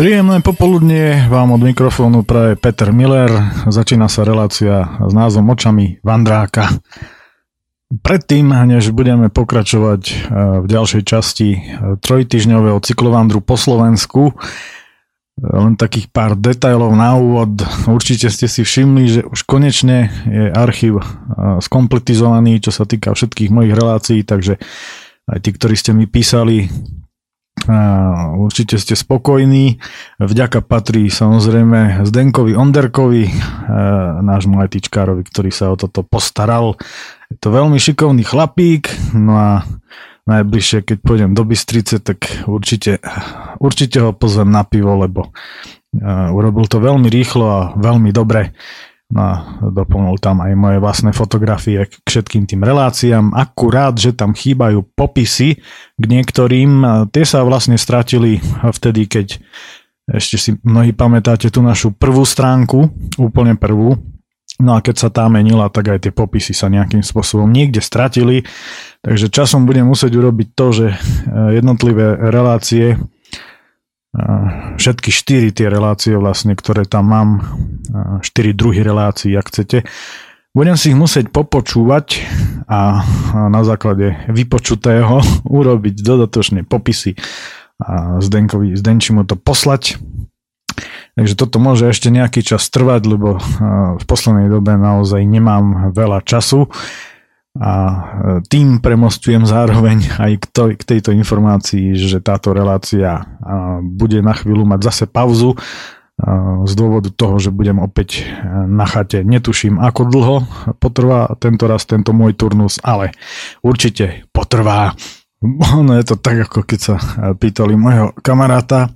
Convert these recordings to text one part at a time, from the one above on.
Príjemné popoludnie vám od mikrofónu praje Peter Miller. Začína sa relácia s názvom Očami Vandráka. Predtým, než budeme pokračovať v ďalšej časti trojtýždňového cyklovandru po Slovensku, len takých pár detailov na úvod. Určite ste si všimli, že už konečne je archív skompletizovaný, čo sa týka všetkých mojich relácií, takže aj tí, ktorí ste mi písali, určite ste spokojní. Vďaka patrí samozrejme Zdenkovi Onderkovi, nášmu ITčkárovi, ktorý sa o toto postaral. Je to veľmi šikovný chlapík, no a najbližšie, keď pôjdem do Bystrice, tak určite ho pozvem na pivo, lebo urobil to veľmi rýchlo a veľmi dobre. No a doplnil tam aj moje vlastné fotografie k všetkým tým reláciám. Akurát, že tam chýbajú popisy k niektorým. Tie sa vlastne stratili vtedy, keď ešte si mnohí pamätáte tú našu prvú stránku, úplne prvú. No a keď sa tá menila, tak aj tie popisy sa nejakým spôsobom niekde stratili. Takže časom budem musieť urobiť to, že jednotlivé relácie, všetky 4 tie relácie vlastne, ktoré tam mám, 4 druhy relácií, ak chcete, budem si ich musieť popočúvať a na základe vypočutého urobiť dodatočné popisy a Zdenčimu to poslať. Takže toto môže ešte nejaký čas trvať, lebo v poslednej dobe naozaj nemám veľa času a tým premostujem zároveň aj k tejto informácii, že táto relácia bude na chvíľu mať zase pauzu z dôvodu toho, že budem opäť na chate. Netuším, ako dlho potrvá tento môj turnus, ale určite potrvá. Ono je to tak, ako keď sa pýtali môjho kamaráta,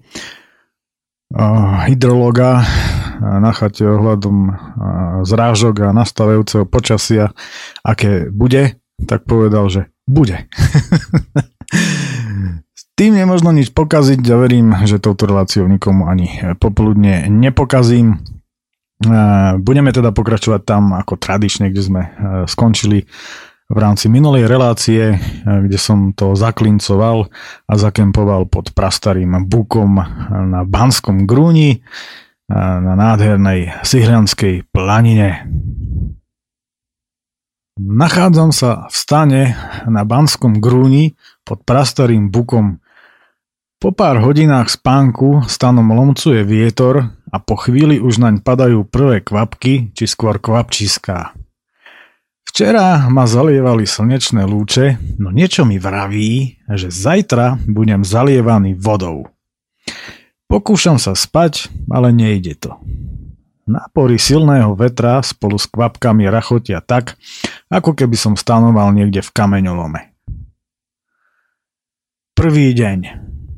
hydrologa na chate ohľadom zrážok a nastavujúceho počasia, aké bude, tak povedal, že bude. S tým nemožno nič pokaziť a verím, že touto reláciou nikomu ani popoludne nepokazím. Budeme teda pokračovať tam ako tradične, kde sme skončili v rámci minulej relácie, kde som to zaklincoval a zakempoval pod prastarým bukom na Banskom Grúni, na nádhernej Sihlianskej planine. Nachádzam sa v stane na Banskom Grúni pod prastarým bukom. Po pár hodinách spánku stanom lomcuje vietor a po chvíli už naň padajú prvé kvapky, či skôr kvapčíská. Včera ma zalievali slnečné lúče, no niečo mi vraví, že zajtra budem zalievaný vodou. Pokúšam sa spať, ale nejde to. Nápory silného vetra spolu s kvapkami rachotia tak, ako keby som stanoval niekde v kameňolome. Prvý deň.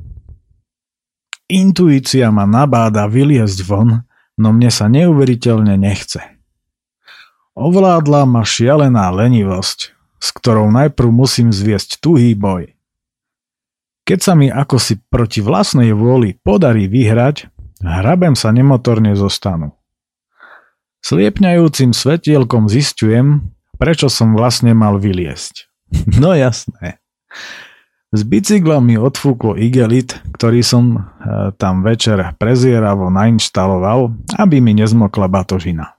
Intuícia ma nabáda vyliezť von, no mne sa neuveriteľne nechce. Ovládla ma šialená lenivosť, s ktorou najprv musím zviesť tuhý boj. Keď sa mi akosi proti vlastnej vôli podarí vyhrať, hrabem sa nemotorne zo stanu. Sliepňajúcim svetielkom zisťujem, prečo som vlastne mal vyliesť. No jasné. Z bicykla mi odfúklo igelit, ktorý som tam večer prezieravo nainštaloval, aby mi nezmokla batožina.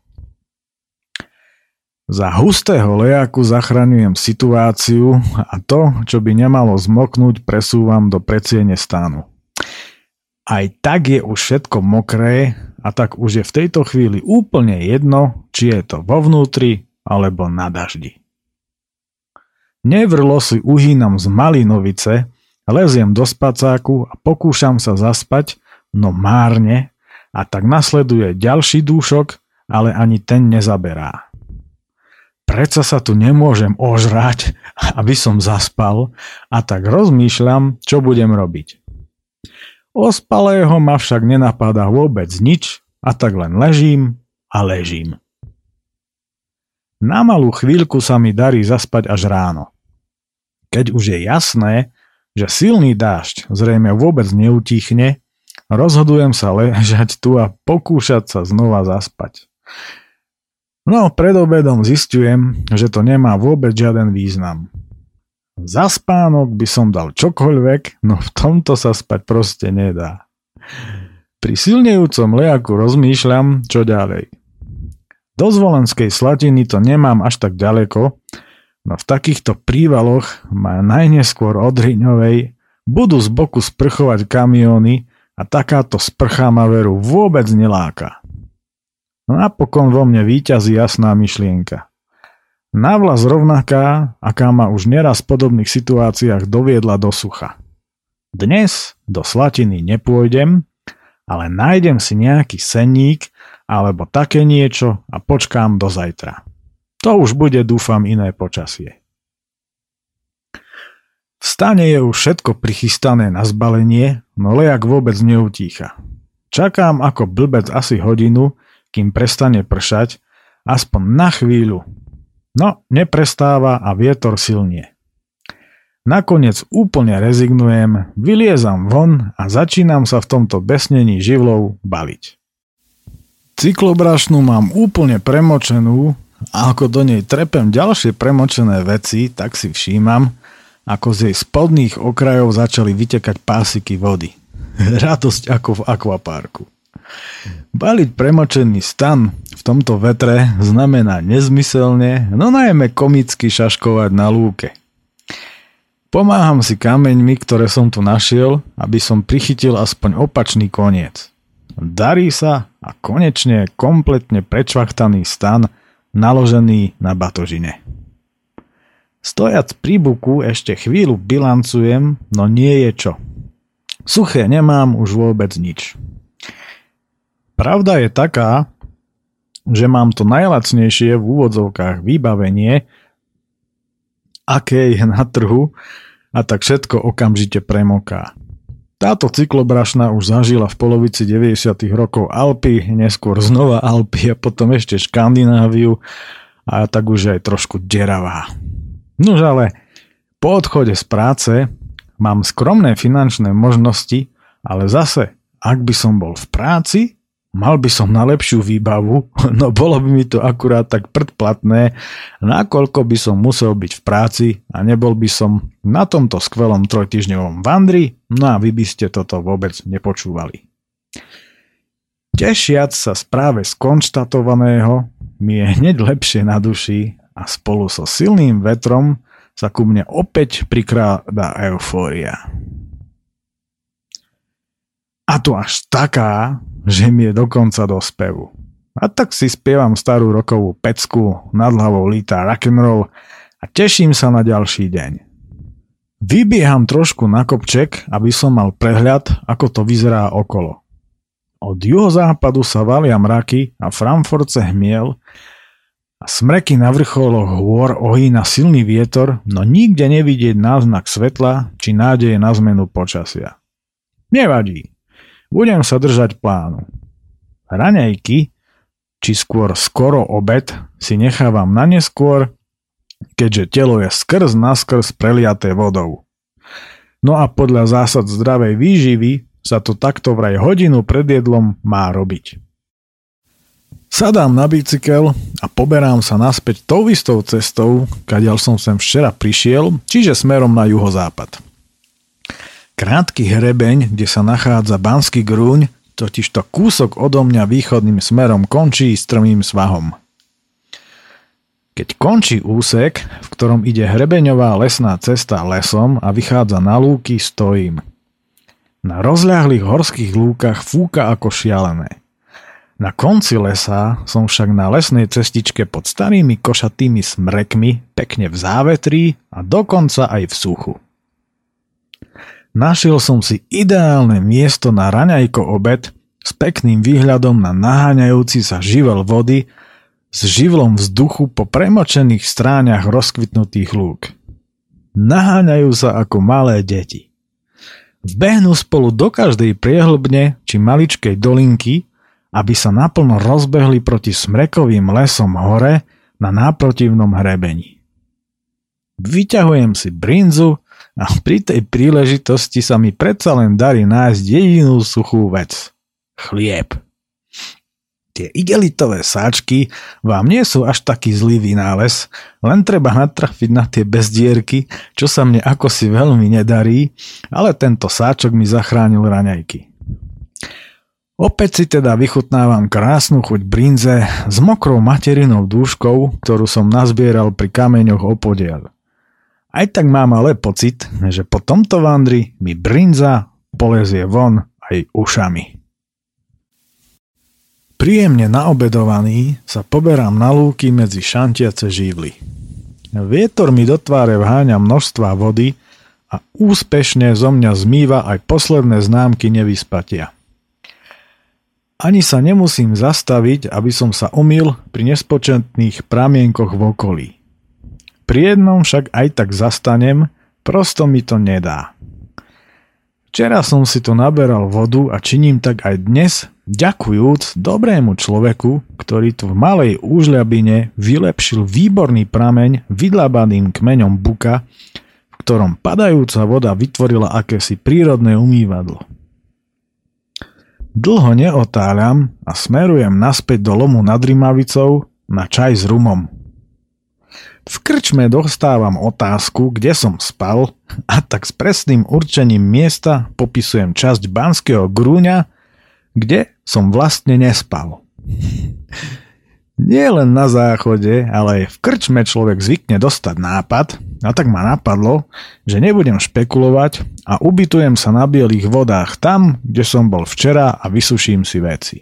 Za hustého lejaku zachraňujem situáciu a to, čo by nemalo zmoknúť, presúvam do predsiene stánu. Aj tak je už všetko mokré a tak už je v tejto chvíli úplne jedno, či je to vo vnútri alebo na daždi. Nevrlo si uhýnam z Malinovice, leziem do spacáku a pokúšam sa zaspať, no márne, a tak nasleduje ďalší dúšok, ale ani ten nezaberá. Predsa sa tu nemôžem ožrať, aby som zaspal, a tak rozmýšľam, čo budem robiť. Ospalého ma však nenapadá vôbec nič, a tak len ležím a ležím. Na malú chvíľku sa mi darí zaspať až ráno. Keď už je jasné, že silný dážď zrejme vôbec neutíchne, rozhodujem sa ležať tu a pokúšať sa znova zaspať. No, pred obedom zisťujem, že to nemá vôbec žiaden význam. Za spánok by som dal čokoľvek, no v tomto sa spať proste nedá. Pri silnejúcom lejaku rozmýšľam, čo ďalej. Do Zvolenskej Slatiny to nemám až tak ďaleko, no v takýchto prívaloch ma najneskôr od Hriňovej budú z boku sprchovať kamióny a takáto sprcha ma veru vôbec neláka. Napokon vo mne víťazí jasná myšlienka. Navlas rovnaká, aká ma už neraz v podobných situáciách doviedla do sucha. Dnes do Slatiny nepôjdem, ale nájdem si nejaký senník alebo také niečo a počkám do zajtra. To už bude, dúfam, iné počasie. V stane je už všetko prichystané na zbalenie, no lejak vôbec neutícha. Čakám ako blbec asi hodinu, kým prestane pršať, aspoň na chvíľu. No, neprestáva a vietor silnie. Nakoniec úplne rezignujem, vyliezam von a začínam sa v tomto besnení živlov baliť. Cyklobrašnu mám úplne premočenú a ako do nej trepem ďalšie premočené veci, tak si všímam, ako z jej spodných okrajov začali vytekať pásiky vody. Radosť ako v akvaparku. Baliť premočený stan v tomto vetre znamená nezmyselne, no najmä komicky šaškovať na lúke. Pomáham si kameňmi, ktoré som tu našiel, aby som prichytil aspoň opačný koniec. Darí sa a konečne kompletne prečvachtaný stan naložený na batožine. Stojac pri buku ešte chvíľu bilancujem, no nie je čo. Suché nemám už vôbec nič. Pravda je taká, že mám to najlacnejšie v úvodzovkách vybavenie, aké je na trhu, a tak všetko okamžite premoká. Táto cyklobrašna už zažila v polovici 90. rokov Alpy, neskôr znova Alpy a potom ešte Škandináviu a tak už aj trošku deravá. Nuž ale po odchode z práce mám skromné finančné možnosti, ale zase, ak by som bol v práci, mal by som na lepšiu výbavu, no bolo by mi to akurát tak predplatné, nakoľko by som musel byť v práci a nebol by som na tomto skvelom trojtýždňovom vandri, no a vy by ste toto vôbec nepočúvali. Tešiac sa správe skonštatovaného mi je hneď lepšie na duši a spolu so silným vetrom sa ku mne opäť prikráda eufória. A to až taká, že mi je dokonca do spevu. A tak si spievam starú rokovú pecku, nad hlavou lítá rock'n'roll a teším sa na ďalší deň. Vybieham trošku na kopček, aby som mal prehľad, ako to vyzerá okolo. Od juhozápadu sa valia mraky a Frankfurtce hmiel a smreky na vrcholoch hôr ohýna silný vietor, no nikde nevidieť náznak svetla či nádeje na zmenu počasia. Nevadí. Budem sa držať plánu. Raňajky, či skoro obed, si nechávam na neskôr, keďže telo je skrz naskrz preliaté vodou. No a podľa zásad zdravej výživy sa to takto vraj hodinu pred jedlom má robiť. Sadám na bicykel a poberám sa naspäť tou istou cestou, kadiaľ som sem včera prišiel, čiže smerom na juhozápad. Krátky hrebeň, kde sa nachádza Banský Grúň, totižto kúsok odo mňa východným smerom končí strmým svahom. Keď končí úsek, v ktorom ide hrebeňová lesná cesta lesom a vychádza na lúky, stojím. Na rozľahlých horských lúkach fúka ako šialené. Na konci lesa som však na lesnej cestičke pod starými košatými smrekmi, pekne v závetrí a dokonca aj v suchu. Našiel som si ideálne miesto na raňajko obed s pekným výhľadom na naháňajúci sa živel vody s živlom vzduchu po premočených stráňach rozkvitnutých lúk. Naháňajú sa ako malé deti. Vbehnú spolu do každej priehlbne či maličkej dolinky, aby sa naplno rozbehli proti smrekovým lesom hore na náprotivnom hrebení. Vyťahujem si brinzu a pri tej príležitosti sa mi predsa len darí nájsť jedinú suchú vec. Chlieb. Tie igelitové sáčky vám nie sú až taký zlý vynález, len treba natrafiť na tie bezdierky, čo sa mne akosi veľmi nedarí, ale tento sáčok mi zachránil raňajky. Opäť si teda vychutnávam krásnu chuť brinze s mokrou materinou dúškou, ktorú som nazbieral pri kameňoch opodiaľ. Aj tak mám ale pocit, že po tomto vandri mi brinza polezie von aj ušami. Príjemne naobedovaný sa poberám na lúky medzi šantiace žívly. Vietor mi do tváre vháňa množstva vody a úspešne zo mňa zmýva aj posledné známky nevyspatia. Ani sa nemusím zastaviť, aby som sa umyl pri nespočetných pramienkoch v okolí. Pri jednom však aj tak zastanem, prosto mi to nedá. Včera som si tu naberal vodu a činím tak aj dnes, ďakujúc dobrému človeku, ktorý tu v malej úžľabine vylepšil výborný prameň vydlabaným kmeňom buka, v ktorom padajúca voda vytvorila akési prírodné umývadlo. Dlho neotáľam a smerujem naspäť do lomu nad Rimavicou na čaj s rumom. V krčme dostávam otázku, kde som spal, a tak s presným určením miesta popisujem časť Banského Grúňa, kde som vlastne nespal. Nie len na záchode, ale aj v krčme človek zvykne dostať nápad, a tak ma napadlo, že nebudem špekulovať a ubytujem sa na bielých vodách tam, kde som bol včera a vysuším si veci.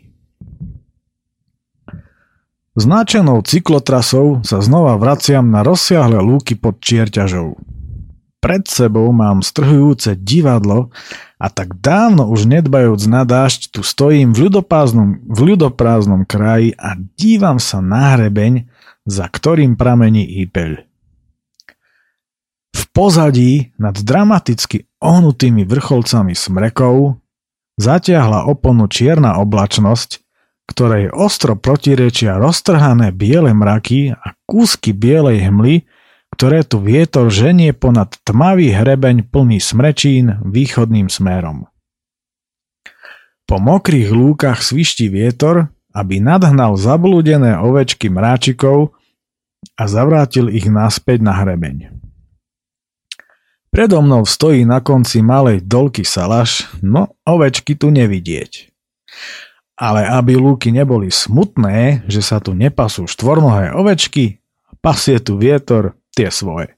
Značenou cyklotrasou sa znova vraciam na rozsiahle lúky pod Čierťažou. Pred sebou mám strhujúce divadlo a tak dávno už nedbajúc na dážď tu stojím v ľudoprázdnom kraji a dívam sa na hrebeň, za ktorým pramení Ipeľ. V pozadí nad dramaticky ohnutými vrcholcami smrekov zatiahla oponu čierna oblačnosť, ktorej ostro protirečia roztrhané biele mraky a kúsky bielej hmly, ktoré tu vietor ženie ponad tmavý hrebeň plný smrečín východným smerom. Po mokrých lúkach sviští vietor, aby nadhnal zablúdené ovečky mráčikov a zavrátil ich naspäť na hrebeň. Predo mnou stojí na konci malej dolky salaš, no ovečky tu nevidieť. Ale aby lúky neboli smutné, že sa tu nepasú štvornohé ovečky, pasie tu vietor tie svoje.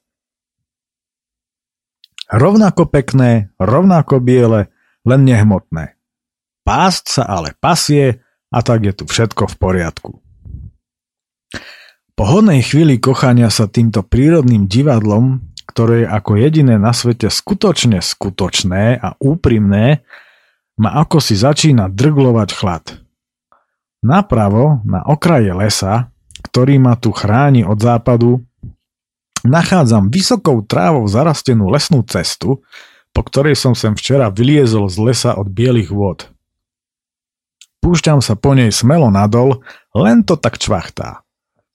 Rovnako pekné, rovnako biele, len nehmotné. Pásť sa ale pasie a tak je tu všetko v poriadku. Po hodnej chvíli kochania sa týmto prírodným divadlom, ktoré je ako jediné na svete skutočne skutočné a úprimné, ma ako si začína drglovať chlad. Napravo, na okraje lesa, ktorý ma tu chráni od západu, nachádzam vysokou trávou zarastenú lesnú cestu, po ktorej som sem včera vyliezol z lesa od bielých vôd. Púšťam sa po nej smelo nadol, len to tak čvachtá.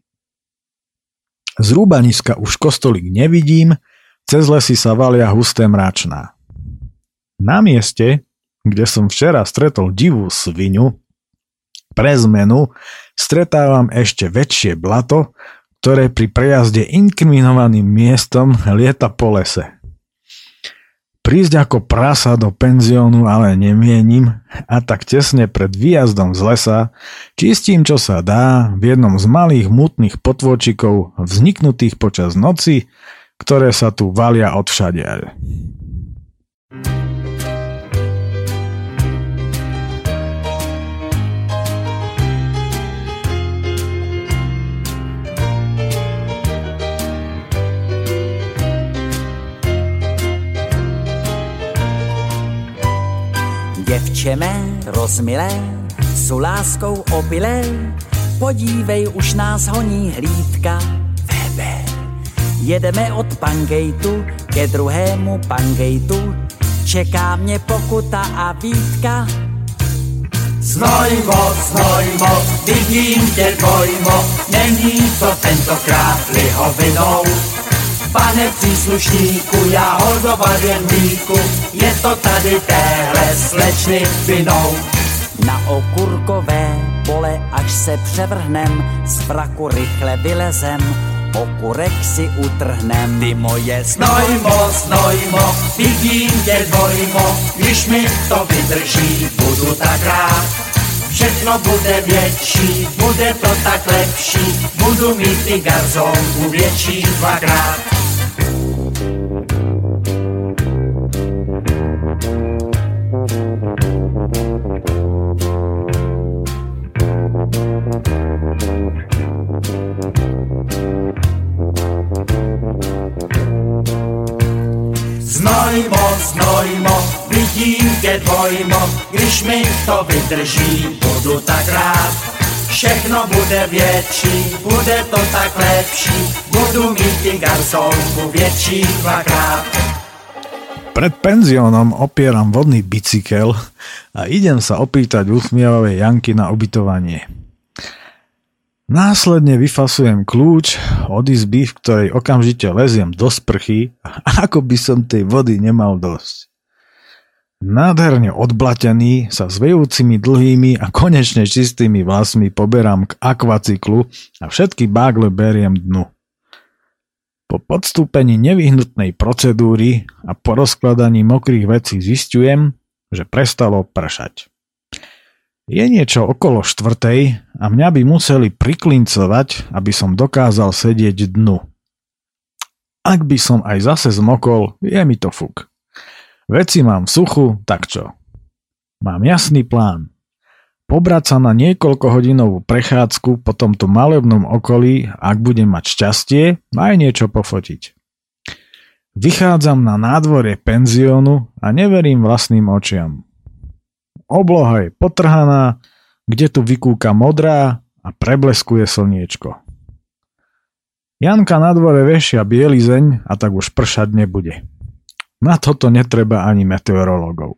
Z rúbaniska už kostolík nevidím, cez lesy sa valia husté mračná. Na mieste, kde som včera stretol divú svinu, pre zmenu stretávam ešte väčšie blato, ktoré pri prejazde inkriminovaným miestom lieta po lese. Prísť ako prasa do penziónu ale nemienim a tak tesne pred výjazdom z lesa čistím čo sa dá v jednom z malých mutných potôčikov vzniknutých počas noci, ktoré sa tu valia odvšadiaľ. Děvče mé rozmilé, su láskou opilé, podívej, už nás honí hlídka. Vebe. Jedeme od Pangejtu ke druhému Pangejtu, čeká mě pokuta a výtka. Znojmo, vidím tě dvojmo, není to tentokrát lihovinou. Pane příslušníku, já holdovat jen mlíku, je to tady téhle slečny vinou. Na okurkové pole, až se převrhnem, z fraku rychle vylezem, okurek si utrhnem. Ty moje znojmo, vidím tě dvojmo, když mi to vydrží, budu tak rád. všechno bude větší, bude to tak lepší, budu mít i garzonku větší dvakrát. Znojmo, vidím tě dvojmo, když mi to vydrží, budu tak rád. Všechno bude větší, bude to tak lepší, budu mít i garsonku větší dvakrát. Pred penziónom opieram vodný bicykel a idem sa opýtať usmievavej Janky na ubytovanie. Následne vyfasujem kľúč od izby, v ktorej okamžite leziem do sprchy, ako by som tej vody nemal dosť. Nádherne odblatený sa zvejúcimi dlhými a konečne čistými vlasmi poberám k akvacyklu a všetky bágle beriem dnu. Po podstúpení nevyhnutnej procedúry a po rozkladaní mokrých vecí zisťujem, že prestalo pršať. Je niečo okolo 4:00 a mňa by museli priklincovať, aby som dokázal sedieť dnu. Ak by som aj zase zmokol, je mi to fuk. Veci mám v suchu, tak čo? Mám jasný plán. Pobrať sa na niekoľkohodinovú prechádzku po tomto malebnom okolí, ak budem mať šťastie, aj niečo pofotiť. Vychádzam na nádvorie penziónu a neverím vlastným očiam. Obloha je potrhaná, kde tu vykúka modrá a prebleskuje slniečko. Janka na dvore vešia bielizeň a tak už pršať nebude. Na toto netreba ani meteorológov.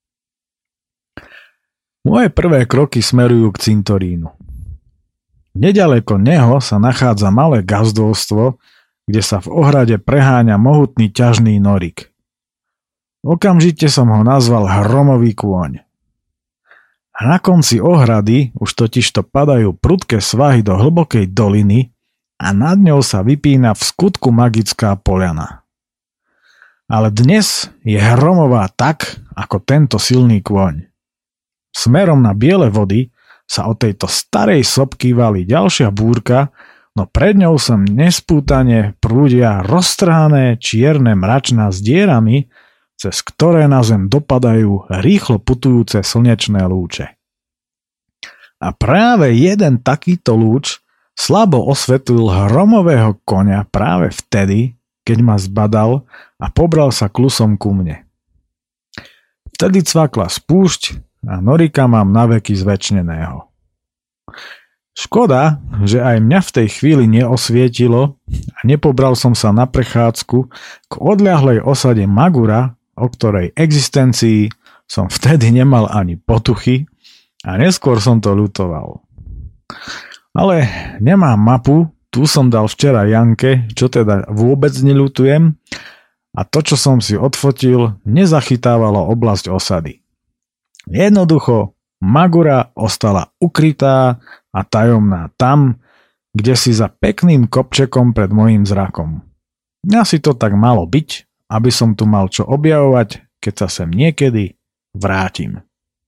Moje prvé kroky smerujú k cintorínu. Nedaleko neho sa nachádza malé gazdovstvo, kde sa v ohrade preháňa mohutný ťažný norik. Okamžite som ho nazval Hromový kôň. A na konci ohrady už totižto padajú prudké svahy do hlbokej doliny a nad ňou sa vypína v skutku magická poľana. Ale dnes je hromová tak, ako tento silný kôň. Smerom na biele vody sa od tejto starej sopky valí ďalšia búrka, no pred ňou sa nespútane prúdia roztrhané čierne mračná s dierami, cez ktoré na zem dopadajú rýchlo putujúce slnečné lúče. A práve jeden takýto lúč slabo osvetlil hromového koňa práve vtedy, keď ma zbadal a pobral sa klusom ku mne. Vtedy cvakla spúšť a norika mám naveky zvečneného. Škoda, že aj mňa v tej chvíli neosvietilo a nepobral som sa na prechádzku k odľahlej osade Magura, o ktorej existencii som vtedy nemal ani potuchy a neskôr som to ľutoval. Ale nemám mapu, tu som dal včera Janke, čo teda vôbec neľutujem, a to, čo som si odfotil, nezachytávalo oblasť osady. Jednoducho, Magura ostala ukrytá a tajomná tam, kde si za pekným kopčekom pred mojím zrakom. Asi to tak malo byť, aby som tu mal čo objavovať, keď sa sem niekedy vrátim.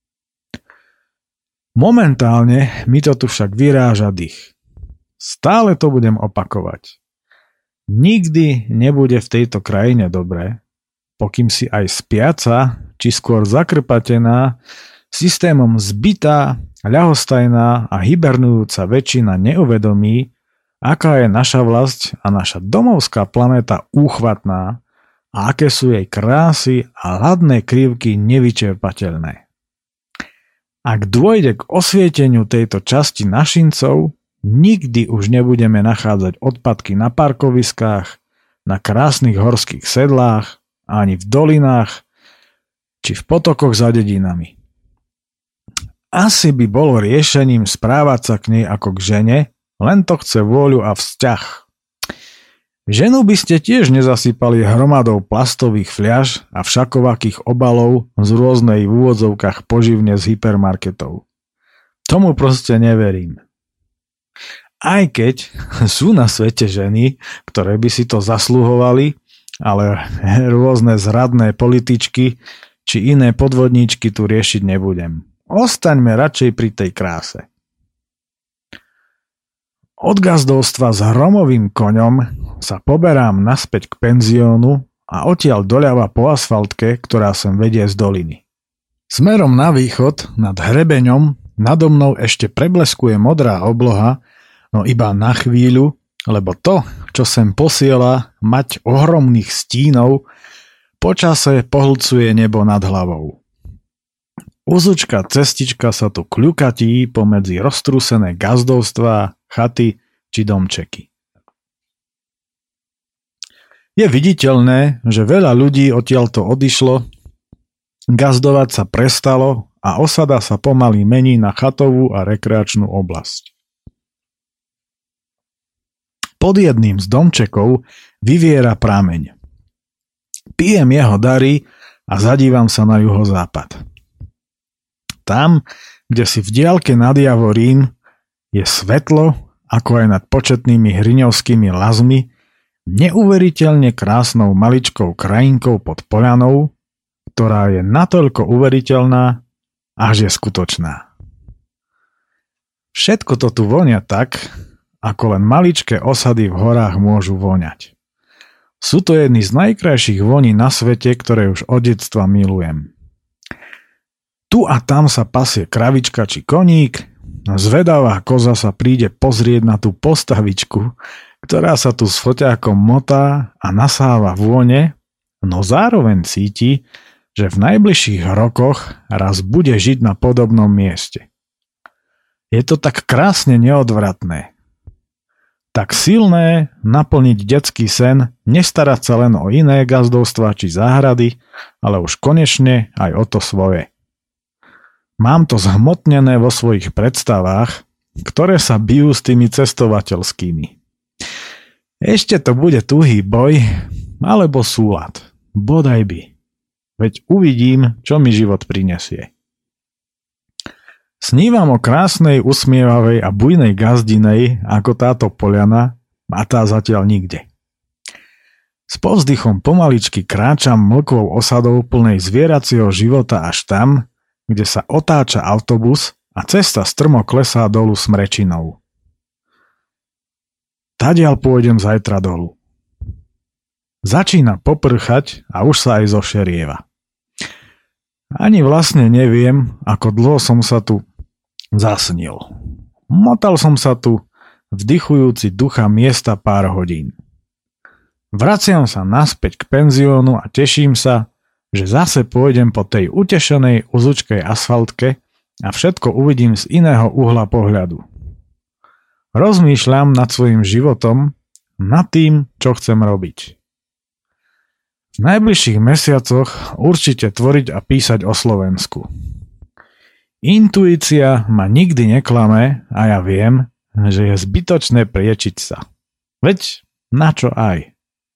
Momentálne mi to tu však vyráža dých. Stále to budem opakovať. Nikdy nebude v tejto krajine dobré, pokým si aj spiaca, či skôr zakrpatená, systémom zbitá, ľahostajná a hibernujúca väčšina neuvedomí, aká je naša vlast a naša domovská planéta úchvatná a aké sú jej krásy a hladné krivky nevyčerpateľné. Ak dôjde k osvieteniu tejto časti našincov, nikdy už nebudeme nachádzať odpadky na parkoviskách, na krásnych horských sedlách, ani v dolinách, či v potokoch za dedinami. Asi by bolo riešením správať sa k nej ako k žene, len to chce vôľu a vzťah. Ženu by ste tiež nezasypali hromadou plastových fľaš a všakovakých obalov z rôznej v úvodzovkách poživne z hypermarketov. Tomu proste neverím. Aj keď sú na svete ženy, ktoré by si to zasluhovali, ale rôzne zradné političky či iné podvodníčky tu riešiť nebudem. Ostaňme radšej pri tej kráse. Od gazdovstva s hromovým koňom sa poberám naspäť k penziónu a odtiaľ doľava po asfaltke, ktorá sem vedie z doliny. Smerom na východ, nad hrebeňom, nado mnou ešte prebleskuje modrá obloha, no iba na chvíľu, lebo to, čo sem posiela mať ohromných stínov, počase pohlcuje nebo nad hlavou. Uzučká cestička sa tu kľukatí pomedzi roztrúsené gazdovstvá, chaty či domčeky. Je viditeľné, že veľa ľudí odtiaľto odišlo, gazdovať sa prestalo a osada sa pomaly mení na chatovú a rekreačnú oblasť. Pod jedným z domčekov vyviera prameň. Pijem jeho dary a zadívam sa na juhozápad. Tam, kde si v diaľke nad Javorím, je svetlo, ako aj nad početnými hriňovskými lazmi, neuveriteľne krásnou maličkou krajinkou pod poľanou, ktorá je natoľko uveriteľná, až je skutočná. Všetko to tu vonia tak, ako len maličké osady v horách môžu voňať. Sú to jedny z najkrajších voní na svete, ktoré už od detstva milujem. Tu a tam sa pasie kravička či koník, zvedavá koza sa príde pozrieť na tú postavičku, ktorá sa tu s foťákom motá a nasáva vône, no zároveň cíti, že v najbližších rokoch raz bude žiť na podobnom mieste. Je to tak krásne neodvratné. Tak silné naplniť detský sen, nestarať sa len o iné gazdovstvá či záhrady, ale už konečne aj o to svoje. Mám to zhmotnené vo svojich predstavách, ktoré sa bijú s tými cestovateľskými. Ešte to bude tuhý boj, alebo súlad. Bodaj by. Veď uvidím, čo mi život prinesie. Snívam o krásnej, usmievavej a bujnej gazdinej, ako táto poľana, a tá zatiaľ nikde. S povzdychom pomaličky kráčam mlkvou osadou plnej zvieracieho života až tam, kde sa otáča autobus a cesta strmo klesá dolu smrečinou. Tadiaľ pôjdem zajtra dolu. Začína poprchať a už sa aj zošerieva. Ani vlastne neviem, ako dlho som sa tu zasnil. Motal som sa tu, vdychujúci ducha miesta pár hodín. Vraciam sa naspäť k penziónu a teším sa, že zase pôjdem po tej utešenej uzučkej asfaltke a všetko uvidím z iného uhla pohľadu. Rozmýšľam nad svojim životom, nad tým, čo chcem robiť. V najbližších mesiacoch určite tvoriť a písať o Slovensku. Intuícia ma nikdy neklame a ja viem, že je zbytočné priečiť sa. Veď na čo aj?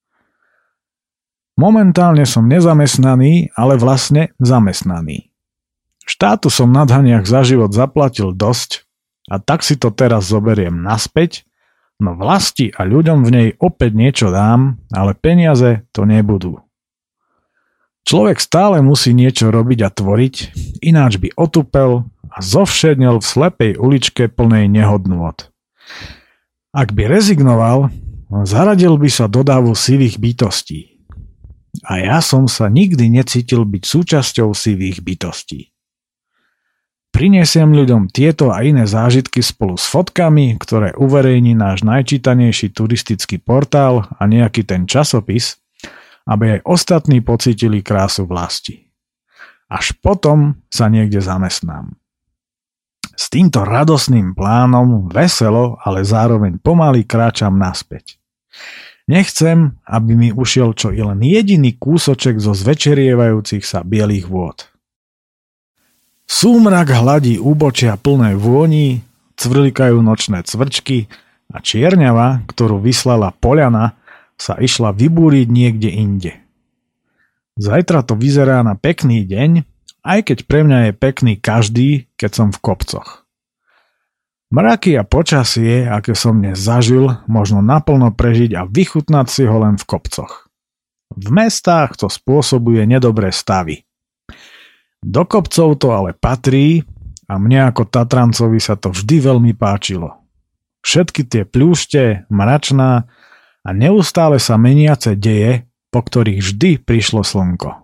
Momentálne som nezamestnaný, ale vlastne zamestnaný. Štátu som na daniach za život zaplatil dosť a tak si to teraz zoberiem naspäť, no vlasti a ľuďom v nej opäť niečo dám, ale peniaze to nebudú. Človek stále musí niečo robiť a tvoriť, ináč by otupel a zovšednel v slepej uličke plnej nehodnôt. Ak by rezignoval, zaradil by sa do davu sivých bytostí. A ja som sa nikdy necítil byť súčasťou sivých bytostí. Priniesiem ľuďom tieto a iné zážitky spolu s fotkami, ktoré uverejní náš najčítanejší turistický portál a nejaký ten časopis, aby aj ostatní pocítili krásu vlasti. Až potom sa niekde zamestnám. S týmto radosným plánom veselo, ale zároveň pomaly kráčam naspäť. Nechcem, aby mi ušiel čo i len jediný kúsoček zo zvečerievajúcich sa bielých vôd. Súmrak hladí úbočia plné vôní, cvrlikajú nočné cvrčky a čierňava, ktorú vyslala poľana, sa išla vybúriť niekde inde. Zajtra to vyzerá na pekný deň, aj keď pre mňa je pekný každý, keď som v kopcoch. Mraky a počasie, aké som dnes zažil, možno naplno prežiť a vychutnať si ho len v kopcoch. V mestách to spôsobuje nedobré stavy. Do kopcov to ale patrí A mne ako Tatrancovi sa to vždy veľmi páčilo. Všetky tie pľúšte, mračná a neustále sa meniace deje, po ktorých vždy prišlo slnko.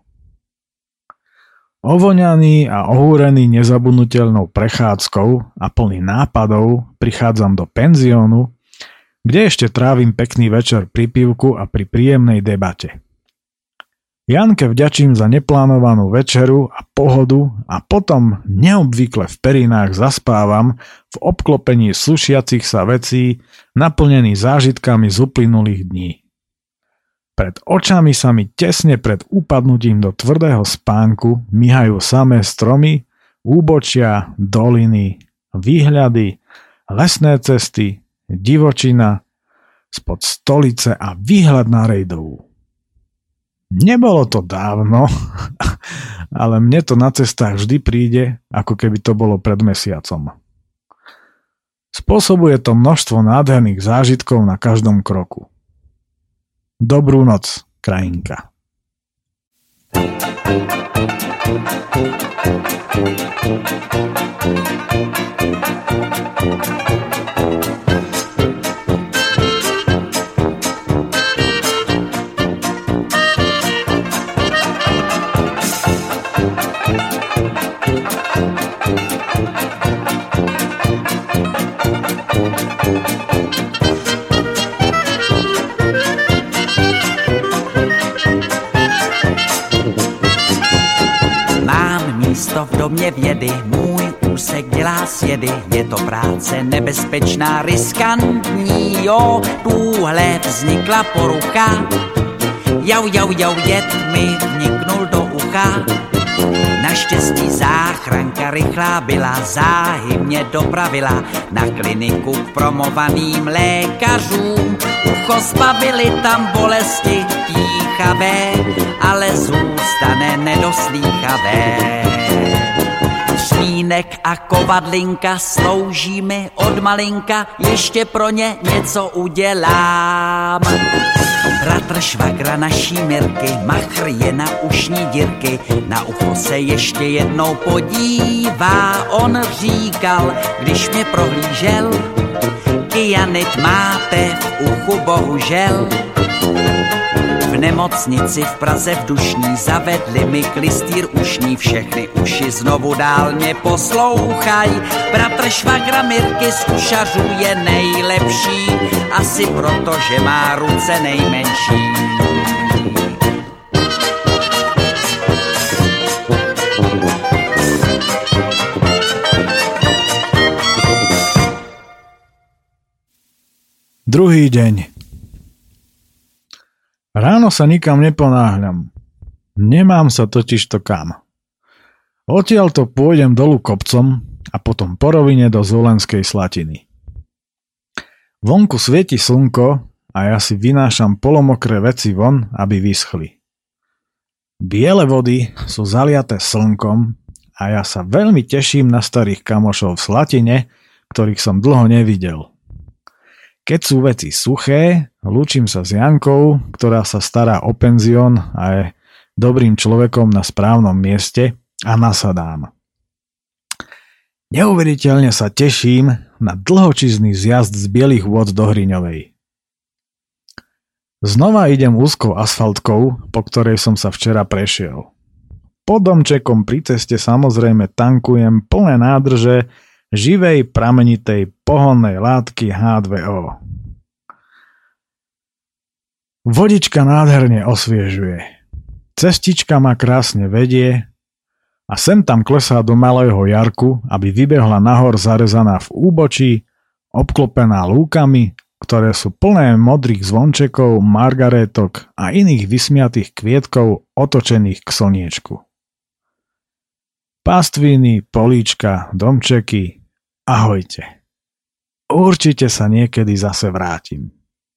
Ovoňaný a ohúrený nezabudnutelnou prechádzkou a plný nápadov prichádzam do penziónu, kde ešte trávim pekný večer pri pivku a pri príjemnej debate. Janke vďačím za neplánovanú večeru a pohodu a potom neobvykle v perinách zaspávam v obklopení sušiacich sa vecí, naplnený zážitkami z uplynulých dní. Pred očami sa mi tesne pred upadnutím do tvrdého spánku myhajú samé stromy, úbočia, doliny, výhľady, lesné cesty, divočina, spod stolice a výhľad na Rejdovú. Nebolo to dávno, ale mne to na cestách vždy príde, ako keby to bolo pred mesiacom. Spôsobuje to množstvo nádherných zážitkov na každom kroku. Dobrú noc, krajinka. V domě vědy, můj úsek dělá sjedy, je to práce nebezpečná, riskantní, jo, tuhle vznikla porucha, jau, jed mi vniknul do ucha, naštěstí záchranka rychlá byla, záhy mě dopravila na kliniku k promovaným lékařům, ucho zbavili tam bolesti tíchavé, ale zůstane nedoslýchavé. Šlínek a kovadlinka slouží mi od malinka, ještě pro ně něco udělám. Bratr švagra naší Mirky, machr je na ušní dírky, na ucho se ještě jednou podívá. On říkal, když mě prohlížel, kyanid máte v uchu bohužel. V nemocnici v Praze v Dušní zavedli mi klistýr ušní, všechny uši znovu dál mě poslouchaj. Bratr švagra Mirky z ušařů je nejlepší, asi proto, že má ruce nejmenší. Druhý deň. Ráno sa nikam neponáhľam. Nemám sa totiž to kam. Odtiaľto pôjdem dolu kopcom a potom po rovine do Zvolenskej Slatiny. Vonku svieti slnko a ja si vynášam polomokré veci von, aby vyschli. Biele vody sú zaliaté slnkom a ja sa veľmi teším na starých kamošov v Slatine, ktorých som dlho nevidel. Keď sú veci suché, lúčim sa s Jankou, ktorá sa stará o penzión a je dobrým človekom na správnom mieste, a nasadám. Neuveriteľne sa teším na dlhočízny zjazd z Bielých vôd do Hriňovej. Znova idem úzkou asfaltkou, po ktorej som sa včera prešiel. Pod domčekom pri ceste samozrejme tankujem plné nádrže živej pramenitej pohonnej látky H2O. Vodička nádherne osviežuje. Cestička ma krásne vedie a sem tam klesá do malého jarku, aby vybehla nahor zarezaná v úbočí, obklopená lúkami, ktoré sú plné modrých zvončekov, margarétok a iných vysmiatých kvietkov otočených k slniečku. Pastviny, políčka, domčeky, ahojte. Určite sa niekedy zase vrátim.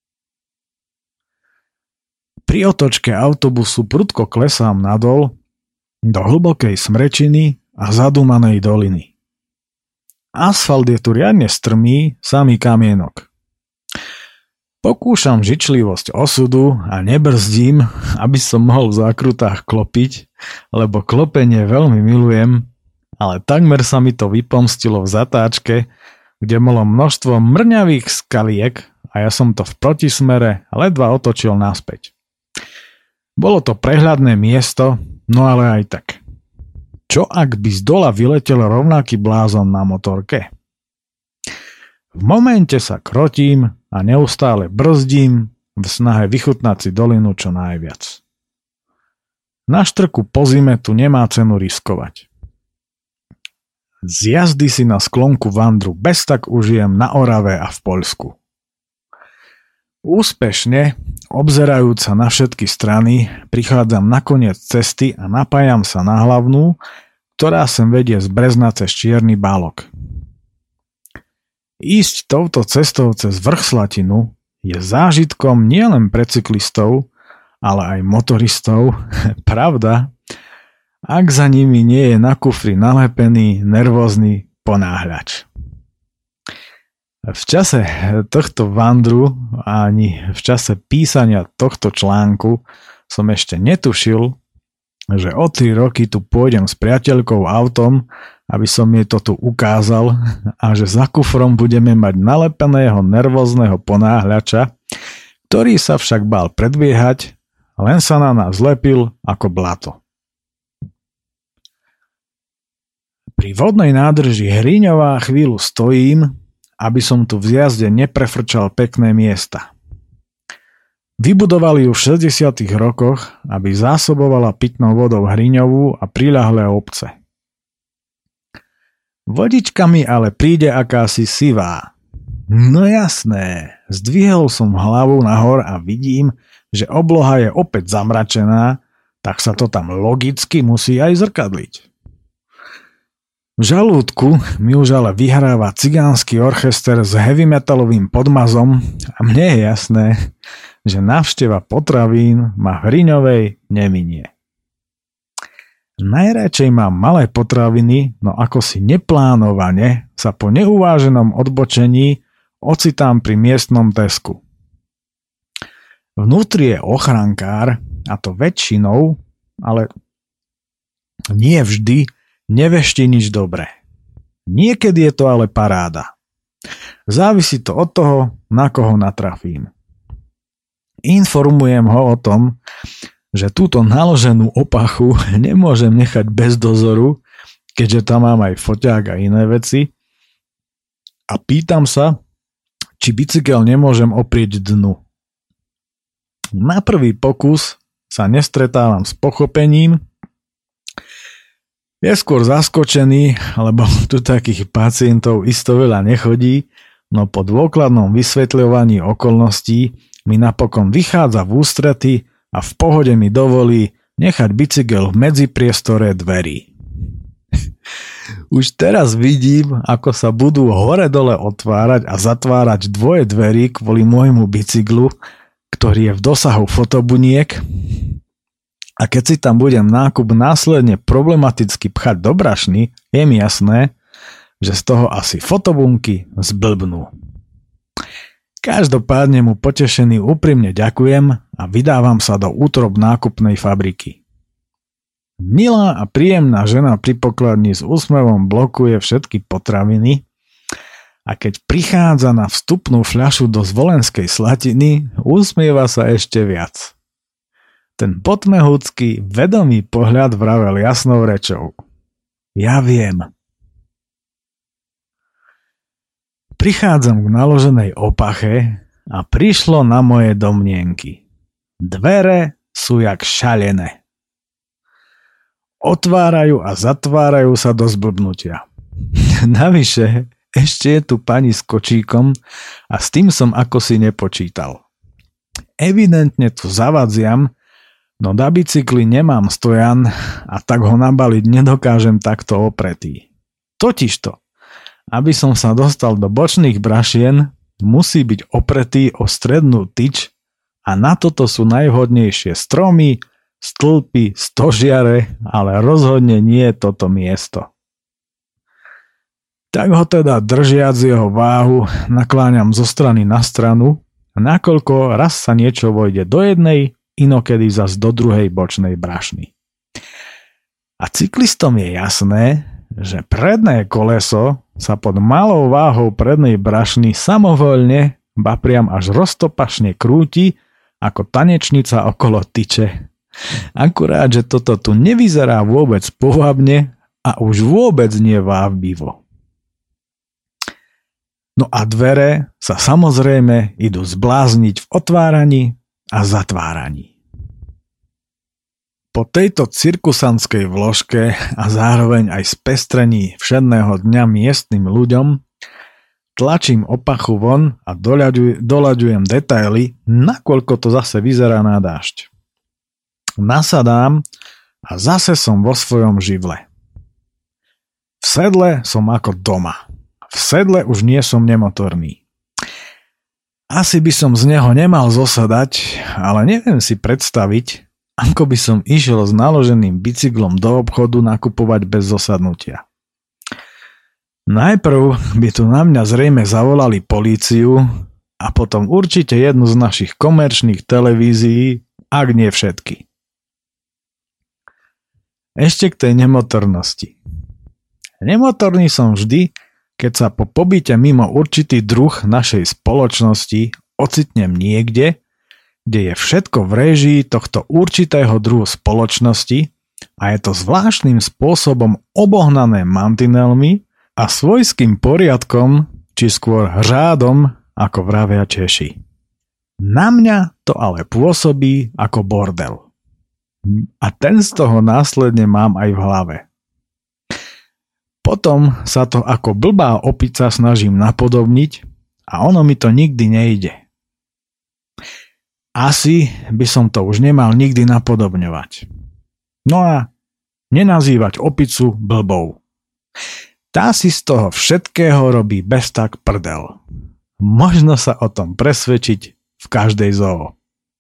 Pri otočke autobusu prudko klesám nadol do hlbokej smrečiny a zadúmanej doliny. Asfalt je tu riadne strmý, samý kamienok. Pokúšam žičlivosť osudu a nebrzdím, aby som mohol v zákrutách klopiť, lebo klopenie veľmi milujem, ale takmer sa mi to vypomstilo v zatáčke, kde bolo množstvo mrňavých skaliek a ja som to v protismere ledva otočil naspäť. Bolo to prehľadné miesto, no ale aj tak. Čo ak by z dola vyletel rovnaký blázon na motorke? V momente sa krotím a neustále brzdím v snahe vychutnať si dolinu čo najviac. Na štrku po zime tu nemá cenu riskovať. Z jazdy si na sklonku Vandru bez tak užijem na Orave a v Poľsku. Úspešne, obzerajúc sa na všetky strany, prichádzam na koniec cesty a napájam sa na hlavnú, ktorá sem vedie z Brezna cez Čierny Bálok. Ísť touto cestou cez vrch Slatinu je zážitkom nielen pre cyklistov, ale aj motoristov. Pravda, ak za nimi nie je na kufri nalepený, nervózny ponáhľač. V čase tohto vandru ani v čase písania tohto článku som ešte netušil, že o 3 roky tu pôjdem s priateľkou autom, aby som jej to tu ukázal a že za kufrom budeme mať nalepeného nervózneho ponáhľača, ktorý sa však bál predbiehať, len sa na nás lepil ako blato. Pri vodnej nádrži Hríňová chvíľu stojím, aby som tu v zjazde neprefrčal pekné miesta. Vybudovali ju v 60. rokoch, aby zásobovala pitnou vodou Hríňovú a priľahlé obce. Vodička mi ale príde akási sivá. No jasné, zdvihol som hlavu nahor a vidím, že obloha je opäť zamračená, tak sa to tam logicky musí aj zrkadliť. V žalúdku mi už ale vyhráva cigánsky orchester s heavy metalovým podmazom a mne je jasné, že návšteva potravín ma v Hríňovej neminie. Najradšej mám malé potraviny, no ako si neplánovane sa po neuváženom odbočení ocitám pri miestnom Tesku. Vnútri je ochrankár, a to väčšinou, ale nie vždy, nevešti nič dobré. Niekedy je to ale paráda. Závisí to od toho, na koho natrafím. Informujem ho o tom, že túto naloženú opachu nemôžem nechať bez dozoru, keďže tam mám aj foťák a iné veci. A pýtam sa, či bicykel nemôžem oprieť dnu. Na prvý pokus sa nestretávam s pochopením. Je skôr zaskočený, lebo tu takých pacientov isto veľa nechodí, no po dôkladnom vysvetľovaní okolností mi napokon vychádza v ústrety a v pohode mi dovolí nechať bicykel v medzipriestore dverí. Už teraz vidím, ako sa budú hore-dole otvárať a zatvárať dvoje dverí kvôli môjmu bicyklu, ktorý je v dosahu fotobuniek. A keď si tam budem nákup následne problematicky pchať do brašny, je mi jasné, že z toho asi fotobunky zblbnú. Každopádne mu potešený úprimne ďakujem a vydávam sa do útrob nákupnej fabriky. Milá a príjemná žena pri pokladni s úsmevom blokuje všetky potraviny a keď prichádza na vstupnú fľašu do Zvolenskej Slatiny, usmieva sa ešte viac. Ten potmehúcky, vedomý pohľad vravel jasnou rečou. Ja viem. Prichádzam k naloženej opache a prišlo na moje domnienky. Dvere sú jak šalené. Otvárajú a zatvárajú sa do zblbnutia. Navyše, ešte je tu pani s kočíkom a s tým som akosi nepočítal. Evidentne tu zavadziam, no na bicykli nemám stojan a tak ho nabaliť nedokážem takto opretý. Totižto, aby som sa dostal do bočných brašien, musí byť opretý o strednú tyč a na toto sú najvhodnejšie stromy, stĺpy, stožiare, ale rozhodne nie toto miesto. Tak ho teda držiac jeho váhu nakláňam zo strany na stranu, nakoľko raz sa niečo vojde do jednej, inokedy zas do druhej bočnej brašny. A cyklistom je jasné, že predné koleso sa pod malou váhou prednej brašny samovoľne, ba priam až roztopašne krúti ako tanečnica okolo tyče. Akurát, že toto tu nevyzerá vôbec povabne a už vôbec nie vábvivo. No a dvere sa samozrejme idú zblázniť v otváraní a zatváraní. Po tejto cirkusantskej vložke a zároveň aj spestrení všedného dňa miestnym ľuďom tlačím opachu von a doľaďujem detaily, nakoľko to zase vyzerá na dážď. Nasadám a zase som vo svojom živle. V sedle som ako doma. V sedle už nie som nemotorný. Asi by som z neho nemal zosadať, ale neviem si predstaviť, ako by som išiel s naloženým bicyklom do obchodu nakupovať bez zosadnutia. Najprv by tu na mňa zrejme zavolali políciu a potom určite jednu z našich komerčných televízií, ak nie všetky. Ešte k tej nemotornosti. Nemotorný som vždy, keď sa po pobyte mimo určitý druh našej spoločnosti ocitnem niekde, kde je všetko v réžii tohto určitého druhu spoločnosti a je to zvláštnym spôsobom obohnané mantinelmi a svojským poriadkom, či skôr řádom, ako vravia Češi. Na mňa to ale pôsobí ako bordel. A ten z toho následne mám aj v hlave. Potom sa to ako blbá opica snažím napodobniť a ono mi to nikdy nejde. Asi by som to už nemal nikdy napodobňovať. No a nenazývať opicu blbou. Tá si z toho všetkého robí bez tak prdel. Možno sa o tom presvedčiť v každej zoo.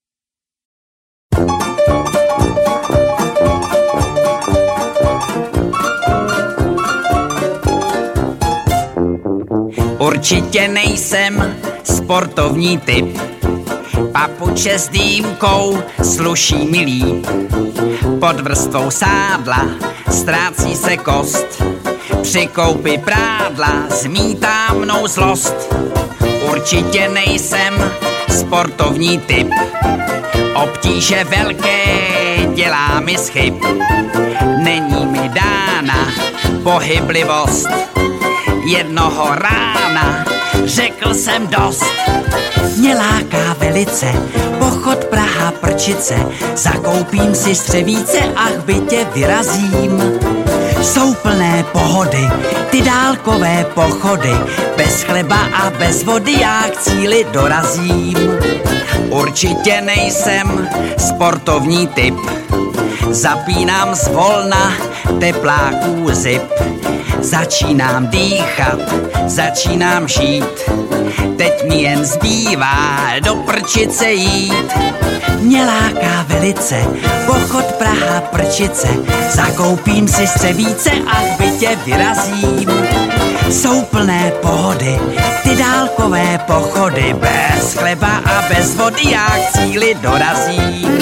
Určitě nejsem sportovní typ. Papuče s dýmkou sluší mi líp. Pod vrstvou sádla ztrácí se kost. Při koupi prádla zmítá mnou zlost. Určitě nejsem sportovní typ. Obtíže velké dělá mi schyb. Není mi dána pohyblivost. Jednoho rána řekl jsem dost. Mě láká velice pochod Praha Prčice. Zakoupím si střevíce, ach bytě vyrazím. Jsou plné pohody, ty dálkové pochody. Bez chleba a bez vody já k cíli dorazím. Určitě nejsem sportovní typ. Zapínám zvolna tepláků zip. Začínám dýchat, začínám žít. Teď mi jen zbývá do Prčice jít. Mě láká velice pochod Praha Prčice. Zakoupím si střevíce, ach bytě vyrazím. Jsou plné pohody, ty dálkové pochody. Bez chleba a bez vody já k cíli dorazím.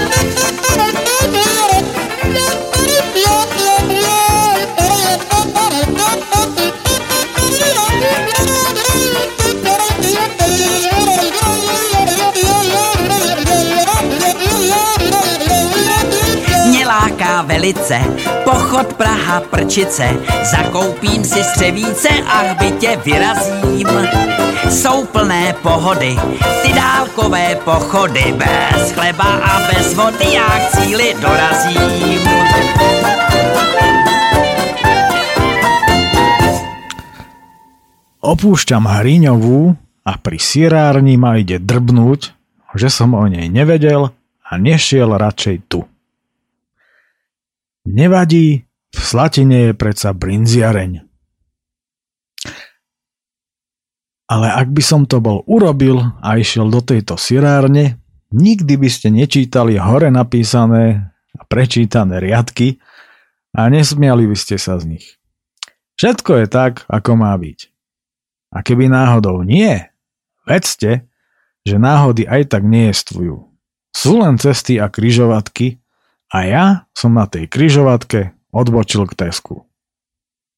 Láká velice pochod Praha Prčice. Zakoupím si střevíce, ach bytě vyrazím. Jsou plné pohody, ty dálkové pochody. Bez chleba a bez vody já k cíli dorazím. Opúšťam Hriňovú a pri sierárni ma ide drbnúť, že som o nej nevedel a nešiel radšej tu. Nevadí, v Slatine je predsa brinziareň. Ale ak by som to bol urobil a išiel do tejto sierárne, nikdy by ste nečítali hore napísané a prečítané riadky a nesmiali by ste sa z nich. Všetko je tak, ako má byť. A keby náhodou nie, vedzte, že náhody aj tak neestvujú. Sú len cesty a križovatky, a ja som na tej križovatke odbočil k Tesku.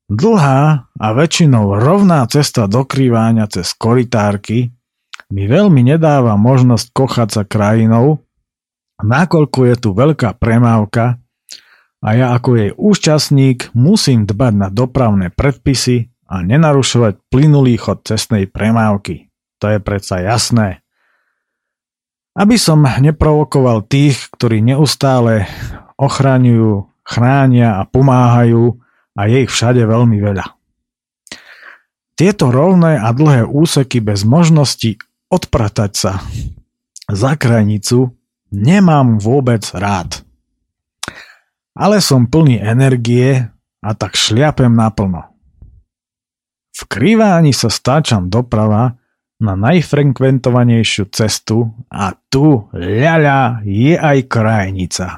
Dlhá a väčšinou rovná cesta do Kriváňa cez korytárky mi veľmi nedáva možnosť kochať sa krajinou, nakoľko je tu veľká premávka a ja ako jej účastník musím dbať na dopravné predpisy a nenarušovať plynulý chod cestnej premávky. To je predsa jasné. Aby som neprovokoval tých, ktorí neustále ochraňujú, chránia a pomáhajú, a je ich všade veľmi veľa. Tieto rovné a dlhé úseky bez možnosti odpratať sa za krajnicu nemám vôbec rád. Ale som plný energie a tak šliapem naplno. V Kriváni sa stáčam doprava na najfrekventovanejšiu cestu a tu, ľaľa, je aj krajnica.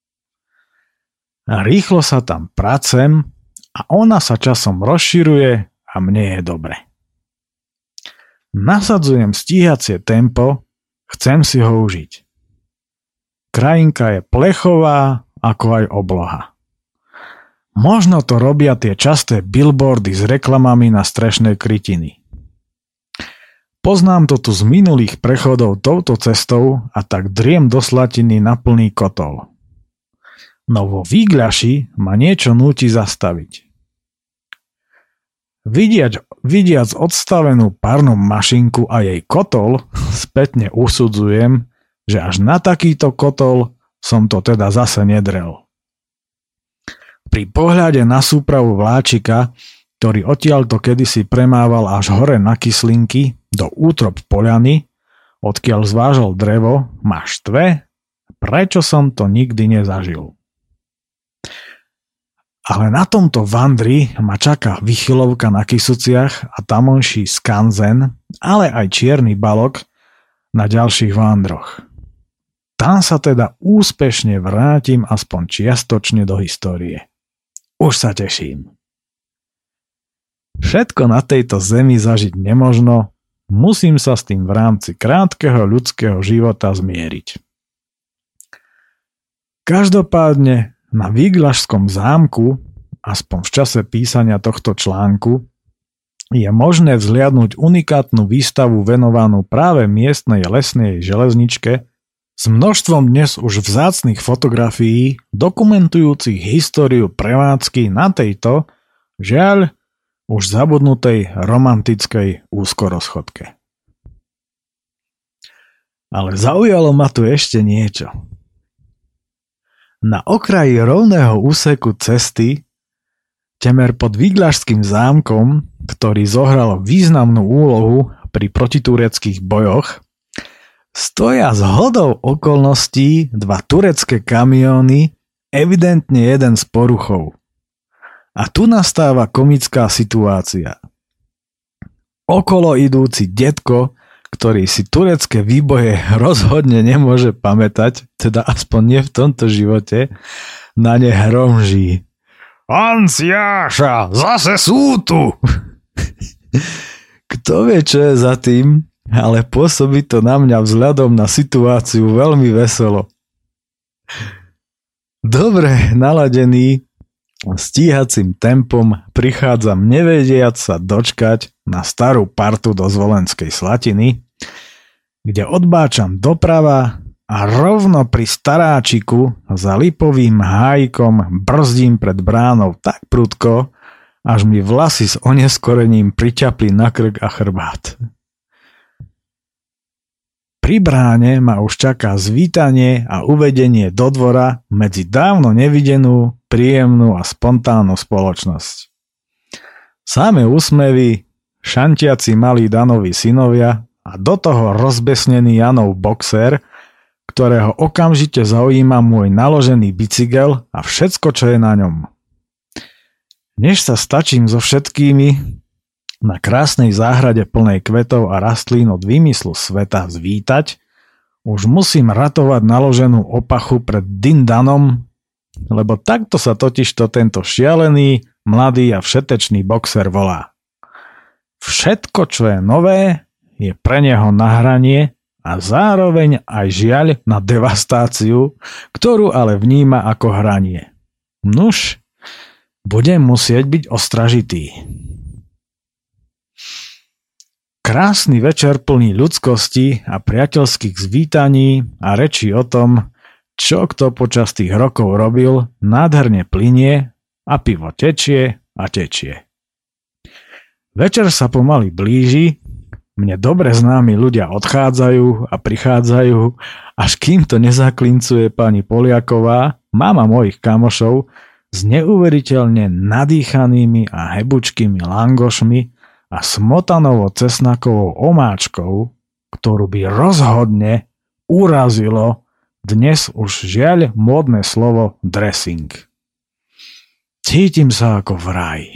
Rýchlo sa tam pracem a ona sa časom rozširuje a mne je dobre. Nasadzujem stíhacie tempo, chcem si ho užiť. Krajinka je plechová ako aj obloha. Možno to robia tie časté billboardy s reklamami na strešnej krytiny. Poznám to tu z minulých prechodov touto cestou a tak driem do Slatiny na plný kotol. No vo Výgľaši ma niečo núti zastaviť. Vidiac odstavenú párnu mašinku a jej kotol, spätne usudzujem, že až na takýto kotol som to teda zase nedrel. Pri pohľade na súpravu vláčika, ktorý odtiaľto kedysi premával až hore na Kyslinky do útrop Poľany, odkiaľ zvážal drevo, ma štve, prečo som to nikdy nezažil. Ale na tomto vandri ma čaká vychylovka na Kysuciach a tamonší skanzen, ale aj čierny balok na ďalších vandroch. Tam sa teda úspešne vrátim aspoň čiastočne do histórie. Už sa teším. Všetko na tejto zemi zažiť nemožno, musím sa s tým v rámci krátkeho ľudského života zmieriť. Každopádne na Výgľašskom zámku, aspoň v čase písania tohto článku, je možné vzliadnuť unikátnu výstavu venovanú práve miestnej lesnej železničke s množstvom dnes už vzácnych fotografií dokumentujúcich históriu prevádzky na tejto, žiaľ, už zabudnutej romantickej úzkorozchodke. Ale zaujalo ma tu ešte niečo. Na okraji rovného úseku cesty, temer pod Výgľašským zámkom, ktorý zohral významnú úlohu pri protitureckých bojoch, stoja zhodou okolností dva turecké kamióny, evidentne jeden s poruchou. A tu nastáva komická situácia. Okolo idúci detko, ktorý si turecké výboje rozhodne nemôže pamätať, teda aspoň nie v tomto živote, na ne hromží. Anciáša, zase sú tu! Kto vie, čo je za tým, ale pôsobí to na mňa vzhľadom na situáciu veľmi veselo. Dobre naladený, stíhacím tempom prichádzam nevediac sa dočkať na starú partu do Zvolenskej Slatiny, kde odbáčam doprava a rovno pri staráčiku za lipovým hájkom brzdím pred bránou tak prudko, až mi vlasy s oneskorením priťapli na krk a chrbát. Pri bráne ma už čaká zvítanie a uvedenie do dvora medzi dávno nevidenú, príjemnú a spontánnu spoločnosť. Samé úsmevy, šantiaci malí Danovi synovia a do toho rozbesnený Janov boxer, ktorého okamžite zaujíma môj naložený bicykel a všetko, čo je na ňom. Než sa stačím so všetkými na krásnej záhrade plnej kvetov a rastlín od výmyslu sveta zvítať, už musím ratovať naloženú opachu pred Dindanom, lebo takto sa totižto tento šialený, mladý a všetečný boxer volá. Všetko, čo je nové, je pre neho nahranie a zároveň aj žiaľ na devastáciu, ktorú ale vníma ako hranie. Nuž, Budem musieť byť ostražitý. Krásny večer plný ľudskosti a priateľských zvítaní a rečí o tom, čo kto počas tých rokov robil, nádherne plynie a pivo tečie a tečie. Večer sa pomaly blíži, mne dobre známi ľudia odchádzajú a prichádzajú, až kým to nezaklincuje pani Poliaková, mama mojich kamošov, s neuveriteľne nadýchanými a hebučkými langošmi a smotanovo-cesnakovou omáčkou, ktorú by rozhodne urazilo dnes už žiaľ módne slovo dressing. Cítim sa ako v ráji.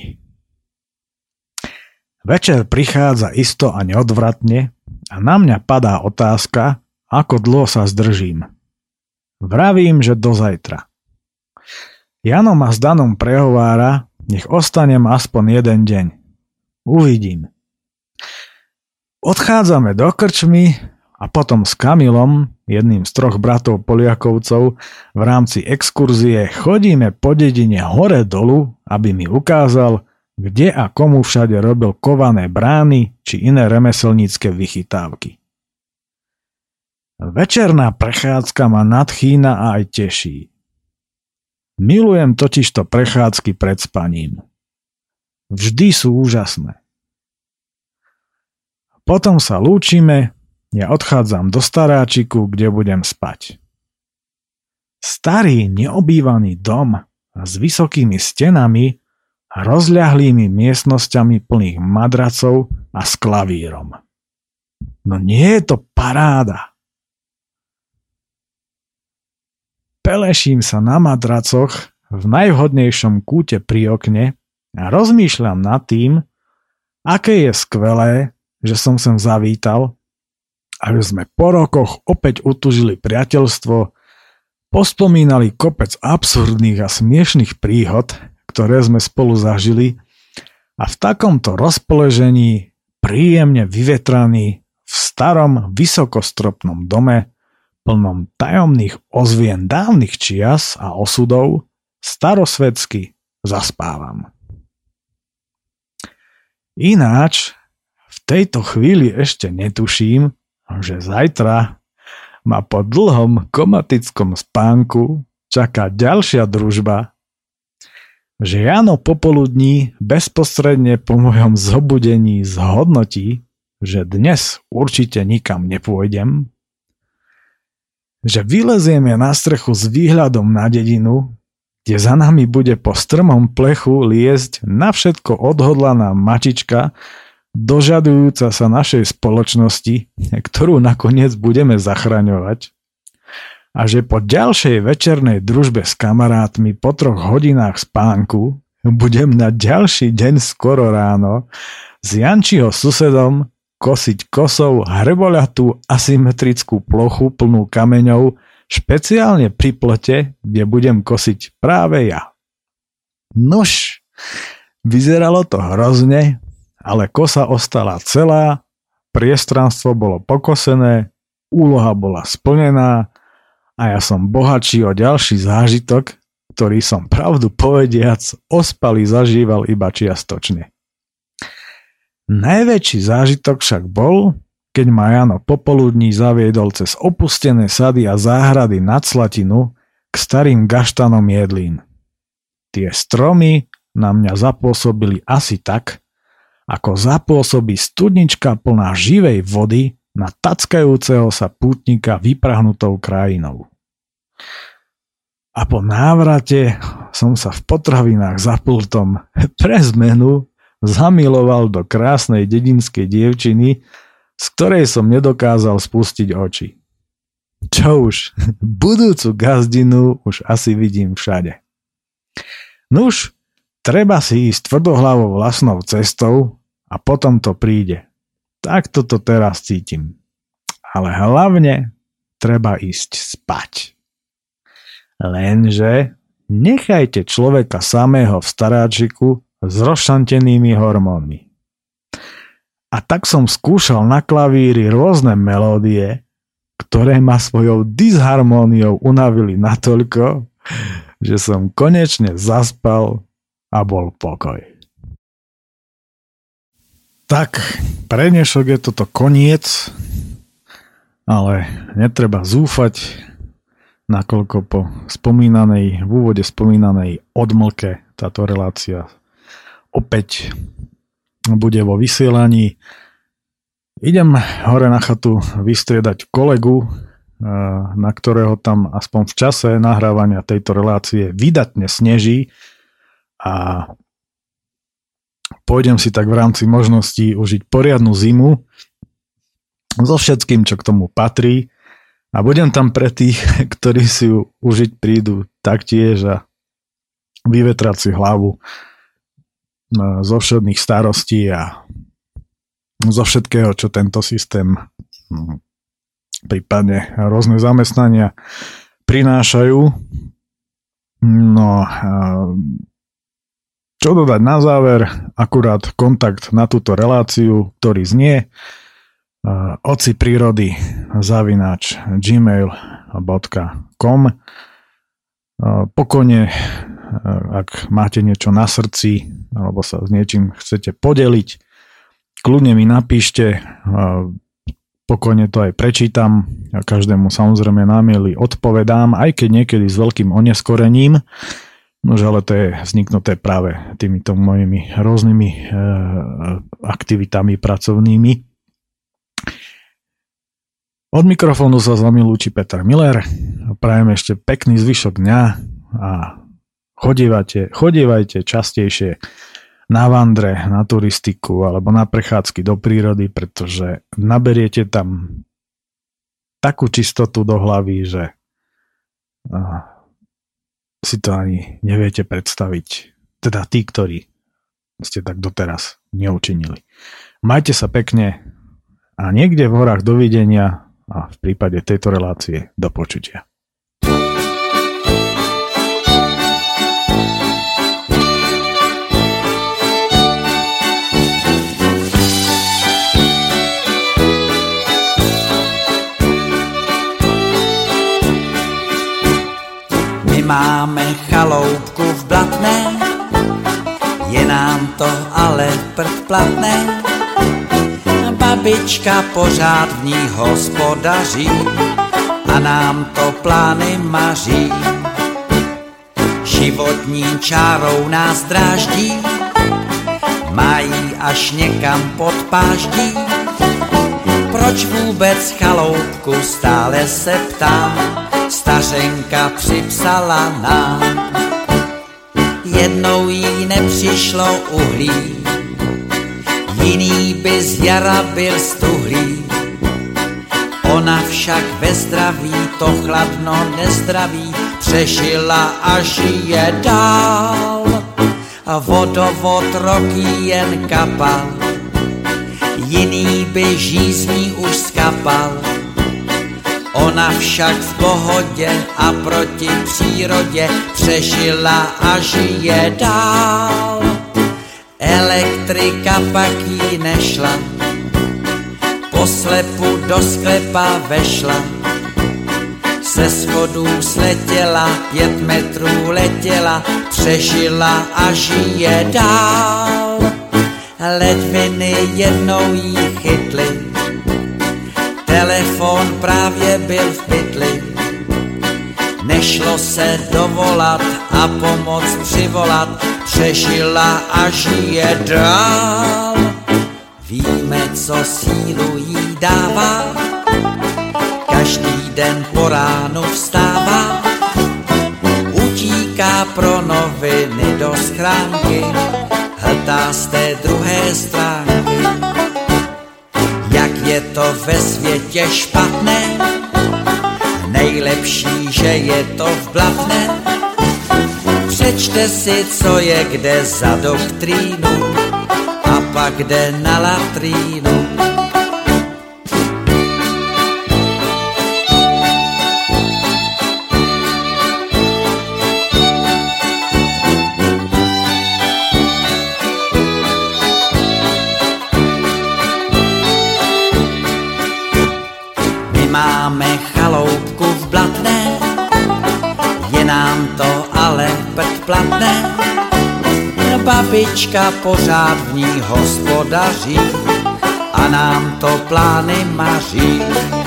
Večer prichádza isto a neodvratne a na mňa padá otázka, ako dlho sa zdržím. Vravím, že do zajtra. Jano ma s Danom prehovára, nech ostanem aspoň jeden deň. Uvidím. Odchádzame do krčmy a potom s Kamilom, jedným z 3 bratov Poliakovcov, v rámci exkurzie chodíme po dedine hore dolu, aby mi ukázal, kde a komu všade robil kované brány či iné remeselnícke vychytávky. Večerná prechádzka ma nadchýna a aj teší. Milujem totižto prechádzky pred spaním. Vždy sú úžasné. Potom sa lúčime, ja odchádzam do staráčiku, kde budem spať. Starý neobývaný dom s vysokými stenami a rozľahlými miestnosťami plných madracov a s klavírom. No nie je to paráda. Peleším sa na madracoch v najvhodnejšom kúte pri okne a rozmýšľam nad tým, aké je skvelé, že som sem zavítal a že sme po rokoch opäť utužili priateľstvo, pospomínali kopec absurdných a smiešných príhod, ktoré sme spolu zažili a v takomto rozpoložení príjemne vyvetraní v starom vysokostropnom dome plnom tajomných ozvien dávnych čias a osudov starosvetsky zaspávam. Ináč v tejto chvíli ešte netuším, že zajtra ma po dlhom komatickom spánku čaká ďalšia družba, že Jano popoludní bezprostredne po mojom zobudení zhodnotí, že dnes určite nikam nepôjdem, že vylezieme na strechu s výhľadom na dedinu, kde za nami bude po strmom plechu liezť na všetko odhodlaná mačička, dožadujúca sa našej spoločnosti, ktorú nakoniec budeme zachraňovať, a že po ďalšej večernej družbe s kamarátmi po 3 hodinách spánku budem na ďalší deň skoro ráno s Jančiho susedom kosiť kosou hreboľatú asymetrickú plochu plnú kameňov špeciálne pri plote, kde budem kosiť práve ja. Nož, vyzeralo to hrozne, ale kosa ostala celá, priestranstvo bolo pokosené, úloha bola splnená a ja som bohatší o ďalší zážitok, ktorý som pravdu povediac ospalý zažíval iba čiastočne. Najväčší zážitok však bol, keď ma Jano popoludní zaviedol cez opustené sady a záhrady nad Slatinu k starým gaštanom jedlín. Tie stromy na mňa zapôsobili asi tak, ako zapôsobí studnička plná živej vody na tackajúceho sa pútnika vyprahnutou krajinou. A po návrate som sa v potravinách za pultom pre zmenu zamiloval do krásnej dedinskej dievčiny, z ktorej som nedokázal spustiť oči. Čo už, budúcu gazdinu už asi vidím všade. Nuž, treba si ísť tvrdohlavo vlastnou cestou a potom to príde. Tak toto teraz cítim. Ale hlavne treba ísť spať. Lenže nechajte človeka samého v staráčiku s rozšantenými hormónmi. A tak som skúšal na klavíri rôzne melódie, ktoré ma svojou disharmóniou unavili natoľko, že som konečne zaspal a bol pokoj. Tak, pre dnešok je toto koniec, ale netreba zúfať, nakoľko po v úvode spomínanej odmlke táto relácia opäť bude vo vysielaní. Idem hore na chatu vystriedať kolegu, na ktorého tam aspoň v čase nahrávania tejto relácie vydatne sneží a pôjdem si tak v rámci možností užiť poriadnu zimu so všetkým, čo k tomu patrí a budem tam pre tých, ktorí si ju užiť prídu taktiež a vyvetrať si hlavu zo všetných starostí a zo všetkého, čo tento systém prípadne rôzne zamestnania prinášajú. No čo dodať na záver, akurát kontakt na túto reláciu, ktorý znie ociprirody@gmail.com. Pokojne, ak máte niečo na srdci alebo sa s niečím chcete podeliť, kľudne mi napíšte, pokojne to aj prečítam a každému samozrejme na maili odpovedám, aj keď niekedy s veľkým oneskorením, nože ale to je vzniknuté práve týmito mojimi rôznymi aktivitami pracovnými. Od mikrofónu sa s vami lúči Peter Miller. Prajem ešte pekný zvyšok dňa a chodívajte častejšie na vandre, na turistiku alebo na prechádzky do prírody, pretože naberiete tam takú čistotu do hlavy, že si to ani neviete predstaviť. Teda tí, ktorí ste tak doteraz neučinili. Majte sa pekne a niekde v horách dovidenia a v prípade tejto relácie do počutia. My máme chaloupku v Blatné, je nám to ale predplatné. Babička pořád v ní hospodaří a nám to plány maří. Životní čárou nás dráždí, mají až někam pod páždí. Proč vůbec chaloupku stále se ptám, stařenka připsala nám. Jednou jí nepřišlo uhlí, jiný by z jara byl stuhlý. Ona však ve zdraví to chladno nezdraví přežila a žije dál. Vodovod roky jen kapal, jiný by žízní už skapal. Ona však v pohodě a proti přírodě přežila a žije dál. Elektrika pak jí nešla, po slepu do sklepa vešla. Se schodů sletěla, 5 metrů letěla, přežila a žije dál. Ledviny jednou jí chytly, telefon právě byl v pytli. Nešlo se dovolat a pomoc přivolat, přežila a žije dál. Víme, co sílu jí dává, každý den po ránu vstává. Utíká pro noviny do schránky, hltá z té druhé stránky. Jak je to ve světě špatné, nejlepší, že je to v Blatné. Přečte si, co je kde za doktrínu a pak jde na latrínu. My máme chaloupku v Blatné, je nám to ale predplatné. babička pořád v ní hospodaří a nám to plány maří.